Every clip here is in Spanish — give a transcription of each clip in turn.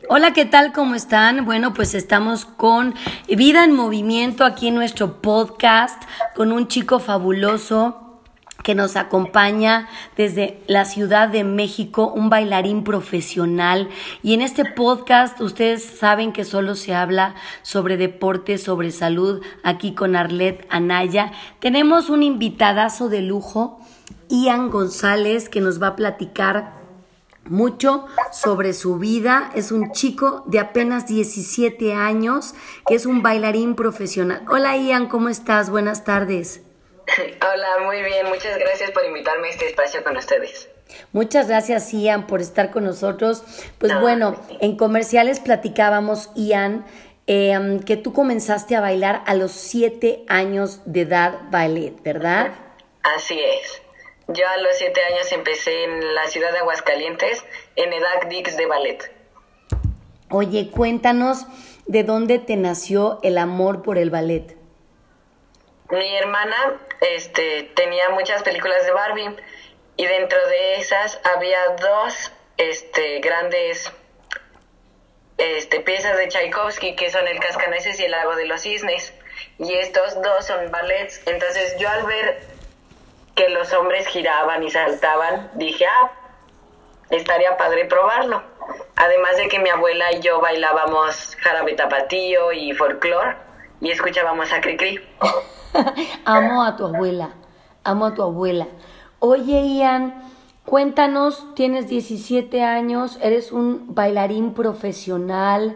Hola, ¿qué tal? ¿Cómo están? Bueno, pues estamos con Vida en Movimiento aquí en nuestro podcast con un chico fabuloso que nos acompaña desde la Ciudad de México, un bailarín profesional. Y en este podcast ustedes saben que solo se habla sobre deporte, sobre salud, aquí con Arlet Anaya. Tenemos un invitadazo de lujo, Ian González, que nos va a platicar mucho sobre su vida. Es un chico de apenas 17 años que es un bailarín profesional. Hola Ian, ¿cómo estás? Buenas tardes. Hola, muy bien. Muchas gracias por invitarme a este espacio con ustedes. Muchas gracias, Ian, por estar con nosotros. Pues bueno, en comerciales platicábamos, Ian, que tú comenzaste a bailar a los 7 años de edad ballet, ¿verdad? Así es. Yo a los 7 años empecé en la ciudad de Aguascalientes en EDAC Dix de ballet. Oye, cuéntanos de dónde te nació el amor por el ballet. Mi hermana tenía muchas películas de Barbie y dentro de esas había dos grandes piezas de Tchaikovsky, que son El Cascanueces y El Lago de los Cisnes, y estos dos son ballets. Entonces yo, al ver que los hombres giraban y saltaban, dije, estaría padre probarlo. Además de que mi abuela y yo bailábamos jarabe tapatío y folclore y escuchábamos a Cricri. Amo a tu abuela. Oye, Ian, cuéntanos, tienes 17 años, eres un bailarín profesional,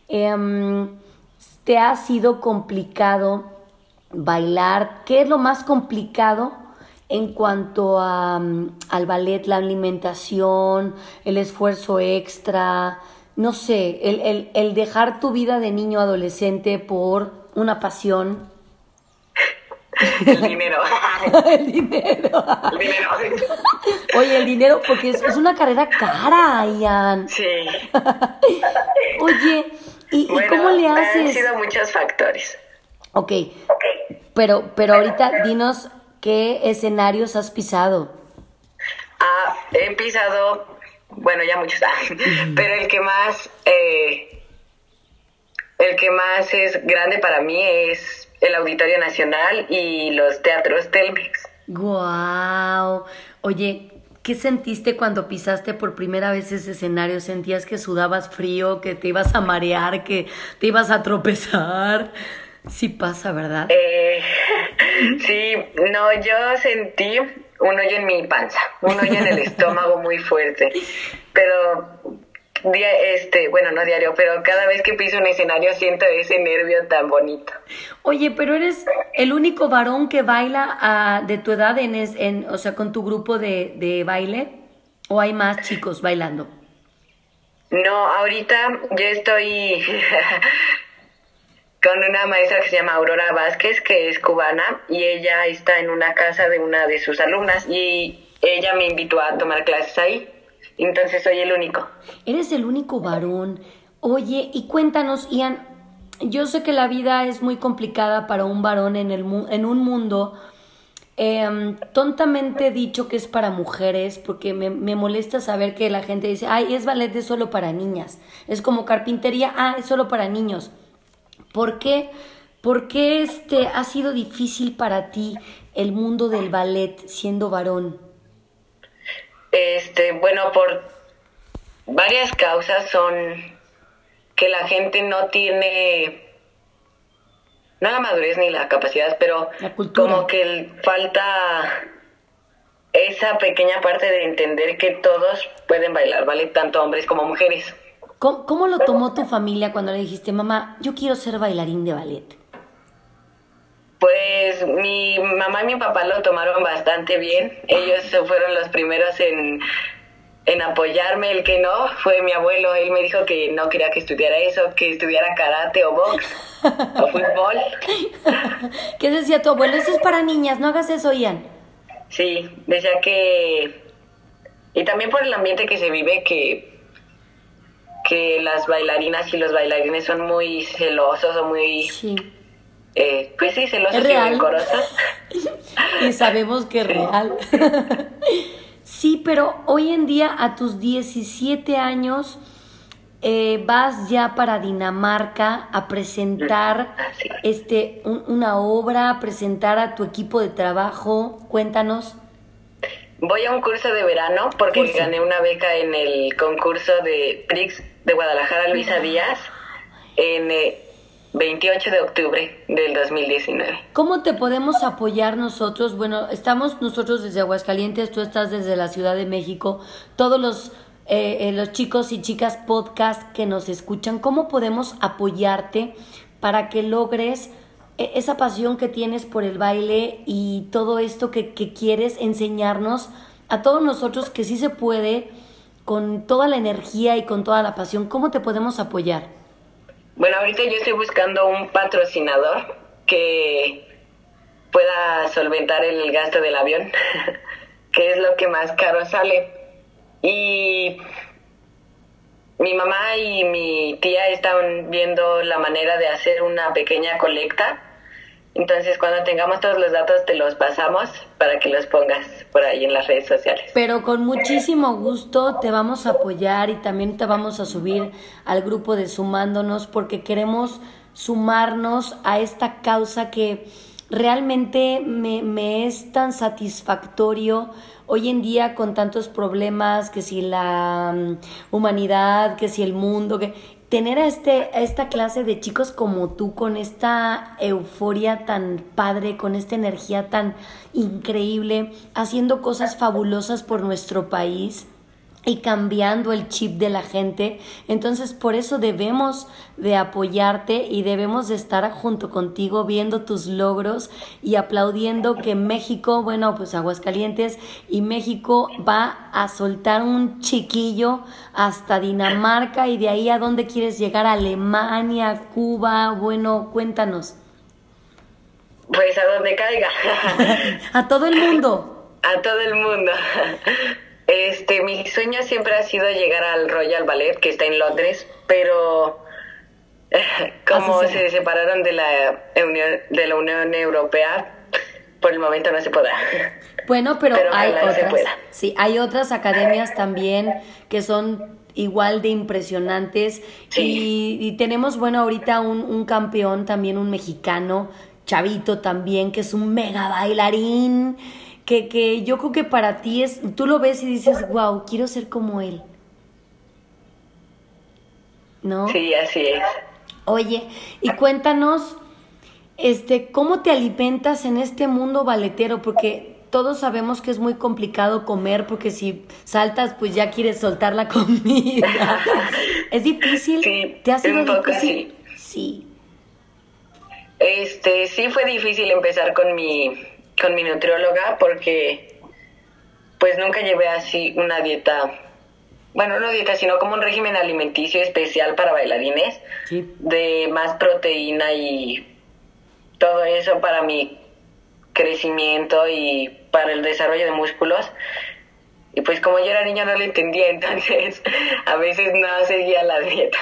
¿te ha sido complicado bailar? ¿Qué es lo más complicado en cuanto al ballet? La alimentación, el esfuerzo extra, no sé, el dejar tu vida de niño adolescente por una pasión. El dinero. El dinero. Oye, el dinero, porque es una carrera cara, Ian. Sí. Oye, ¿y cómo le haces? Han sido muchos factores. Ok. Pero ahorita dinos qué escenarios has pisado. He pisado, bueno, ya muchos, pero el que más es grande para mí es el Auditorio Nacional y los teatros Telmex. ¡Guau! Oye, ¿qué sentiste cuando pisaste por primera vez ese escenario? ¿Sentías que sudabas frío, que te ibas a marear, que te ibas a tropezar? Sí pasa, ¿verdad? Sí, no, yo sentí un hoyo en mi panza, un hoyo en el estómago muy fuerte, pero no diario, pero cada vez que piso un escenario siento ese nervio tan bonito. Oye, pero ¿eres el único varón que baila de tu edad o sea, con tu grupo de baile? ¿O hay más chicos bailando? No, ahorita yo estoy con una maestra que se llama Aurora Vázquez, que es cubana, y ella está en una casa de una de sus alumnas, y ella me invitó a tomar clases ahí. Entonces soy el único. Eres el único varón. Oye, y cuéntanos, Ian, yo sé que la vida es muy complicada para un varón en un mundo tontamente dicho que es para mujeres, porque me molesta saber que la gente dice, ay, es ballet, es solo para niñas. Es como carpintería, es solo para niños. ¿Por qué ha sido difícil para ti el mundo del ballet siendo varón? Bueno, por varias causas. Son que la gente no tiene, no la madurez ni la capacidad, pero como que falta esa pequeña parte de entender que todos pueden bailar ballet, tanto hombres como mujeres. ¿Cómo lo tomó tu familia cuando le dijiste, mamá, yo quiero ser bailarín de ballet? Pues mi mamá y mi papá lo tomaron bastante bien. Ellos fueron los primeros en apoyarme. El que no fue mi abuelo. Él me dijo que no quería que estudiara eso, que estudiara karate o box o fútbol. ¿Qué decía tu abuelo? Eso es para niñas, no hagas eso, Ian. Sí, decía que... Y también por el ambiente que se vive, que las bailarinas y los bailarines son muy celosos o muy... Sí. Pues sí, celosos y rencorosos. Y sabemos que es real. Sí, pero hoy en día, a tus 17 años, vas ya para Dinamarca a presentar una obra, a presentar a tu equipo de trabajo. Cuéntanos. Voy a un curso de verano porque gané una beca en el concurso de Prix de Guadalajara Luisa Díaz en 28 de octubre del 2019. ¿Cómo te podemos apoyar nosotros? Bueno, estamos nosotros desde Aguascalientes, tú estás desde la Ciudad de México, todos los chicos y chicas podcast que nos escuchan, ¿cómo podemos apoyarte para que logres esa pasión que tienes por el baile y todo esto que quieres enseñarnos a todos nosotros que sí se puede con toda la energía y con toda la pasión? ¿Cómo te podemos apoyar? Bueno, ahorita yo estoy buscando un patrocinador que pueda solventar el gasto del avión, que es lo que más caro sale. Y mi mamá y mi tía están viendo la manera de hacer una pequeña colecta. Entonces, cuando tengamos todos los datos, te los pasamos para que los pongas por ahí en las redes sociales. Pero con muchísimo gusto te vamos a apoyar y también te vamos a subir al grupo de Sumándonos porque queremos sumarnos a esta causa que realmente me es tan satisfactorio hoy en día con tantos problemas, que si la humanidad, que si el mundo, que tener a esta clase de chicos como tú, con esta euforia tan padre, con esta energía tan increíble, haciendo cosas fabulosas por nuestro país y cambiando el chip de la gente. Entonces por eso debemos de apoyarte y debemos de estar junto contigo viendo tus logros y aplaudiendo que México, bueno, pues Aguascalientes y México va a soltar un chiquillo hasta Dinamarca y de ahí a dónde quieres llegar, a Alemania, Cuba. Bueno, cuéntanos. Pues a donde caiga. A todo el mundo. A todo el mundo. Mi sueño siempre ha sido llegar al Royal Ballet, que está en Londres, pero como se separaron de la Unión Europea, por el momento no se podrá. Bueno, pero hay otras. Sí, hay otras academias también que son igual de impresionantes. Sí. Y tenemos, bueno, ahorita un campeón también, un mexicano, chavito también, que es un mega bailarín. Que yo creo que para ti tú lo ves y dices, wow, quiero ser como él, ¿no? Sí, así es. Oye, y cuéntanos, ¿cómo te alimentas en este mundo balletero? Porque todos sabemos que es muy complicado comer, porque si saltas, pues ya quieres soltar la comida. ¿Es difícil? Sí, ¿Te ha sido un poco difícil? Sí. Sí fue difícil empezar con mi nutrióloga porque pues nunca llevé así una dieta, bueno, no dieta, sino como un régimen alimenticio especial para bailarines, sí, de más proteína y todo eso para mi crecimiento y para el desarrollo de músculos. Y pues como yo era niña no lo entendía, entonces a veces no seguía la dieta.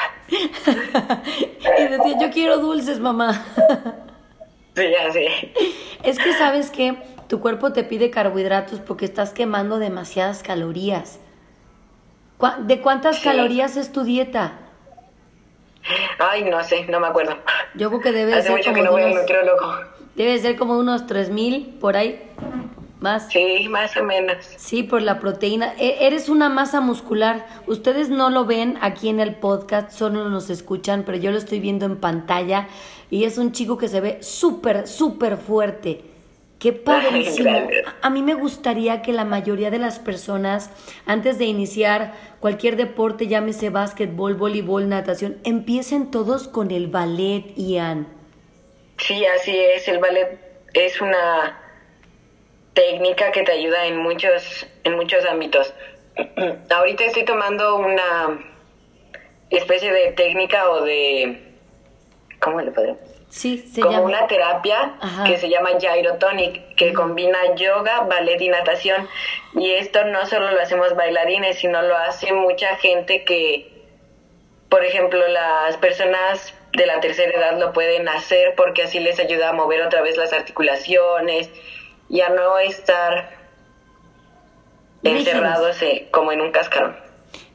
Y decía, yo quiero dulces, mamá. Sí, así. Es que sabes que tu cuerpo te pide carbohidratos porque estás quemando demasiadas calorías. ¿De cuántas calorías es tu dieta? Ay, no sé, no me acuerdo. Yo creo que debe ser como mucho que no voy al nutriólogo. Debe ser como unos 3,000 por ahí. ¿Más? Sí, más o menos. Sí, por la proteína. Eres una masa muscular. Ustedes no lo ven aquí en el podcast, solo nos escuchan, pero yo lo estoy viendo en pantalla y es un chico que se ve súper, súper fuerte. ¡Qué padrísimo! A mí me gustaría que la mayoría de las personas, antes de iniciar cualquier deporte, llámese básquetbol, voleibol, natación, empiecen todos con el ballet, Ian. Sí, así es. El ballet es una técnica que te ayuda en muchos ámbitos. Ahorita estoy tomando una especie de técnica o de... ¿Cómo le podemos? Sí, se como llama una terapia. Ajá. Que se llama Gyrotonic, que combina yoga, ballet y natación. Y esto no solo lo hacemos bailarines, sino lo hace mucha gente que, por ejemplo, las personas de la tercera edad lo pueden hacer porque así les ayuda a mover otra vez las articulaciones y a no estar encerrados como en un cascarón.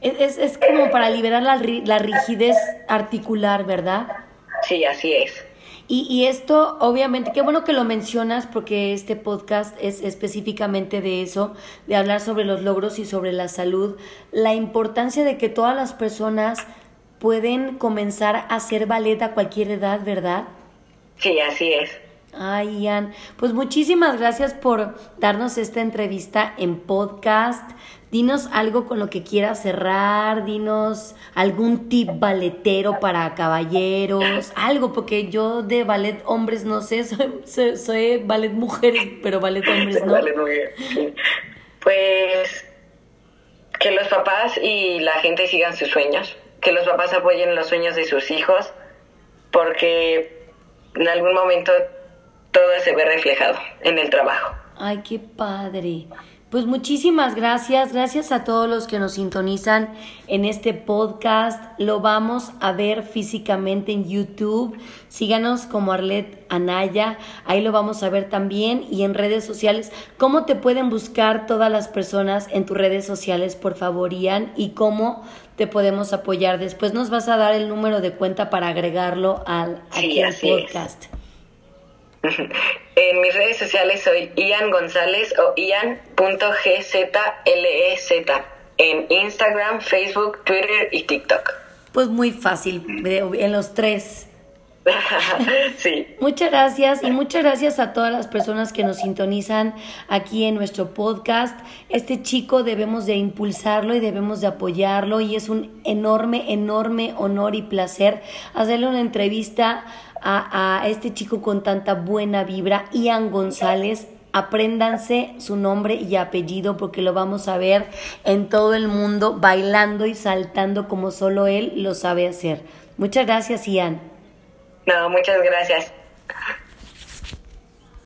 Es como para liberar la rigidez articular, ¿verdad? Sí, así es. Y esto, obviamente, qué bueno que lo mencionas porque este podcast es específicamente de eso, de hablar sobre los logros y sobre la salud, la importancia de que todas las personas pueden comenzar a hacer ballet a cualquier edad, ¿verdad? Sí, así es. Ay, Ian, pues muchísimas gracias por darnos esta entrevista en podcast. Dinos algo con lo que quieras cerrar, dinos algún tip balletero para caballeros, algo, porque yo de ballet hombres no sé, soy ballet mujeres, pero ballet hombres no. Ballet mujeres, sí. Pues que los papás y la gente sigan sus sueños, que los papás apoyen los sueños de sus hijos, porque en algún momento todo se ve reflejado en el trabajo. Ay, qué padre. Pues muchísimas gracias a todos los que nos sintonizan en este podcast. Lo vamos a ver físicamente en YouTube. Síganos como Arlet Anaya, ahí lo vamos a ver también, y en redes sociales. ¿Cómo te pueden buscar todas las personas en tus redes sociales, por favor, Ian? ¿Y cómo te podemos apoyar? Después nos vas a dar el número de cuenta para agregarlo aquí al podcast. En mis redes sociales soy Ian González o Ian.gzlez en Instagram, Facebook, Twitter y TikTok. Pues muy fácil, en los 3. Sí. Muchas gracias, y muchas gracias a todas las personas que nos sintonizan aquí en nuestro podcast. Este chico debemos de impulsarlo y debemos de apoyarlo, y es un enorme honor y placer hacerle una entrevista a este chico con tanta buena vibra, Ian González. Apréndanse su nombre y apellido porque lo vamos a ver en todo el mundo bailando y saltando como solo él lo sabe hacer. Muchas gracias, Ian. No, muchas gracias.